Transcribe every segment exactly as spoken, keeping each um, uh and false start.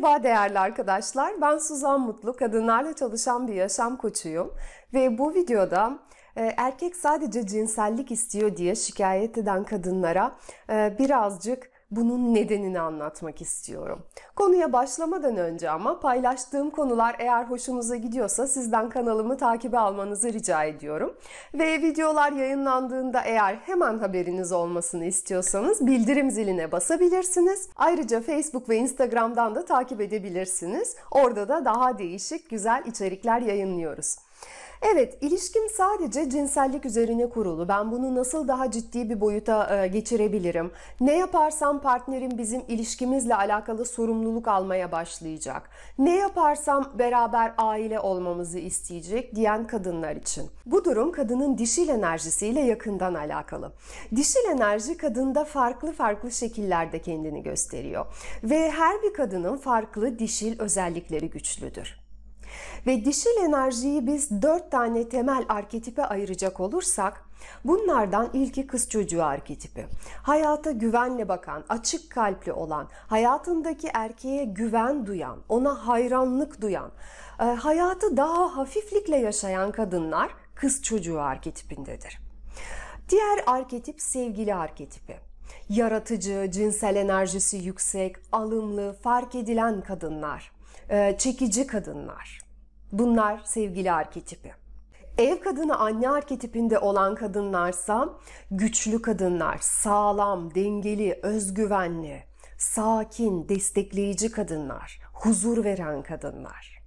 Merhaba değerli arkadaşlar, ben Suzan Mutlu, kadınlarla çalışan bir yaşam koçuyum ve bu videoda e, erkek sadece cinsellik istiyor diye şikayet eden kadınlara e, birazcık bunun nedenini anlatmak istiyorum. Konuya başlamadan önce ama paylaştığım konular eğer hoşunuza gidiyorsa sizden kanalımı takibe almanızı rica ediyorum. Ve videolar yayınlandığında eğer hemen haberiniz olmasını istiyorsanız bildirim ziline basabilirsiniz. Ayrıca Facebook ve Instagram'dan da takip edebilirsiniz. Orada da daha değişik, güzel içerikler yayınlıyoruz. Evet, ilişkim sadece cinsellik üzerine kurulu. Ben bunu nasıl daha ciddi bir boyuta geçirebilirim? Ne yaparsam partnerim bizim ilişkimizle alakalı sorumluluk almaya başlayacak? Ne yaparsam beraber aile olmamızı isteyecek diyen kadınlar için. Bu durum kadının dişil enerjisiyle yakından alakalı. Dişil enerji kadında farklı farklı şekillerde kendini gösteriyor. Ve her bir kadının farklı dişil özellikleri güçlüdür. Ve dişil enerjiyi biz dört tane temel arketipe ayıracak olursak, bunlardan ilki kız çocuğu arketipi. Hayata güvenle bakan, açık kalpli olan, hayatındaki erkeğe güven duyan, ona hayranlık duyan, hayatı daha hafiflikle yaşayan kadınlar kız çocuğu arketipindedir. Diğer arketip sevgili arketipi. Yaratıcı, cinsel enerjisi yüksek, alımlı, fark edilen kadınlar, çekici kadınlar. Bunlar sevgili arketipi. Ev kadını anne arketipinde olan kadınlarsa güçlü kadınlar, sağlam, dengeli, özgüvenli, sakin, destekleyici kadınlar, huzur veren kadınlar.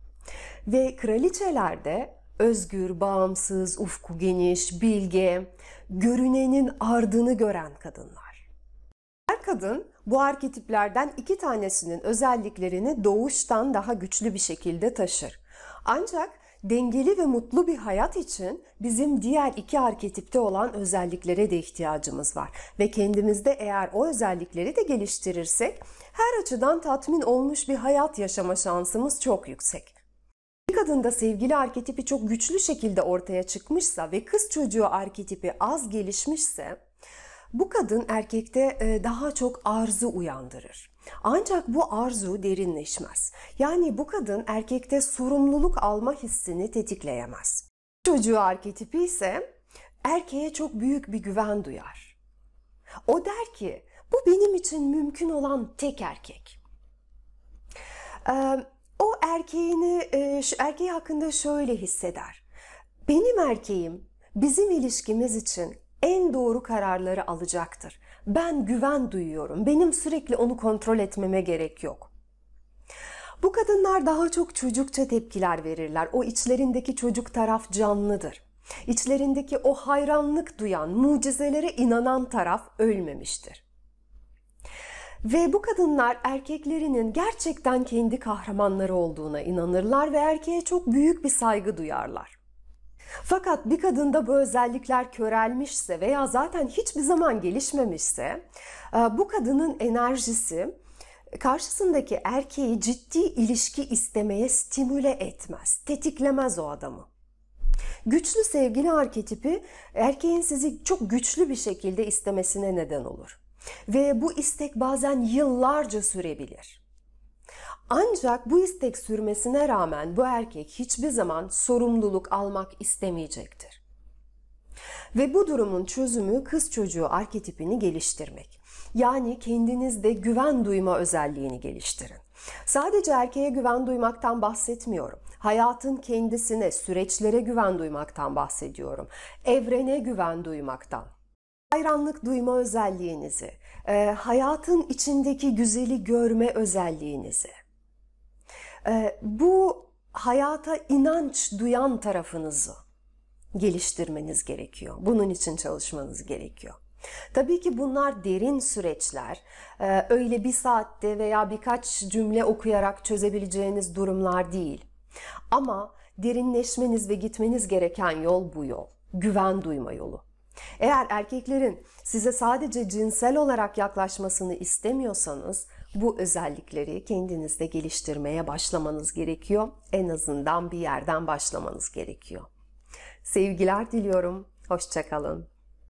Ve kraliçelerde özgür, bağımsız, ufku geniş, bilge, görünenin ardını gören kadınlar. Her kadın bu arketiplerden iki tanesinin özelliklerini doğuştan daha güçlü bir şekilde taşır. Ancak dengeli ve mutlu bir hayat için bizim diğer iki arketipte olan özelliklere de ihtiyacımız var. Ve kendimizde eğer o özellikleri de geliştirirsek her açıdan tatmin olmuş bir hayat yaşama şansımız çok yüksek. Bir kadında sevgili arketipi çok güçlü şekilde ortaya çıkmışsa ve kız çocuğu arketipi az gelişmişse, bu kadın erkekte daha çok arzu uyandırır. Ancak bu arzu derinleşmez. Yani bu kadın erkekte sorumluluk alma hissini tetikleyemez. Çocuğu arketipi ise erkeğe çok büyük bir güven duyar. O der ki, bu benim için mümkün olan tek erkek. O erkeğini, erkeği hakkında şöyle hisseder. Benim erkeğim bizim ilişkimiz için en doğru kararları alacaktır. Ben güven duyuyorum. Benim sürekli onu kontrol etmeme gerek yok. Bu kadınlar daha çok çocukça tepkiler verirler. O içlerindeki çocuk taraf canlıdır. İçlerindeki o hayranlık duyan, mucizelere inanan taraf ölmemiştir. Ve bu kadınlar erkeklerinin gerçekten kendi kahramanları olduğuna inanırlar ve erkeğe çok büyük bir saygı duyarlar. Fakat bir kadında bu özellikler körelmişse veya zaten hiçbir zaman gelişmemişse, bu kadının enerjisi karşısındaki erkeği ciddi ilişki istemeye stimüle etmez, tetiklemez o adamı. Güçlü sevgili arketipi erkeğin sizi çok güçlü bir şekilde istemesine neden olur. Ve bu istek bazen yıllarca sürebilir. Ancak bu istek sürmesine rağmen bu erkek hiçbir zaman sorumluluk almak istemeyecektir. Ve bu durumun çözümü kız çocuğu arketipini geliştirmek. Yani kendinizde güven duyma özelliğini geliştirin. Sadece erkeğe güven duymaktan bahsetmiyorum. Hayatın kendisine, süreçlere güven duymaktan bahsediyorum. Evrene güven duymaktan. Hayranlık duyma özelliğinizi, hayatın içindeki güzeli görme özelliğinizi, bu hayata inanç duyan tarafınızı geliştirmeniz gerekiyor. Bunun için çalışmanız gerekiyor. Tabii ki bunlar derin süreçler. Öyle bir saatte veya birkaç cümle okuyarak çözebileceğiniz durumlar değil. Ama derinleşmeniz ve gitmeniz gereken yol bu yol. Güven duyma yolu. Eğer erkeklerin size sadece cinsel olarak yaklaşmasını istemiyorsanız bu özellikleri kendinizde geliştirmeye başlamanız gerekiyor. En azından bir yerden başlamanız gerekiyor. Sevgiler diliyorum. Hoşça kalın.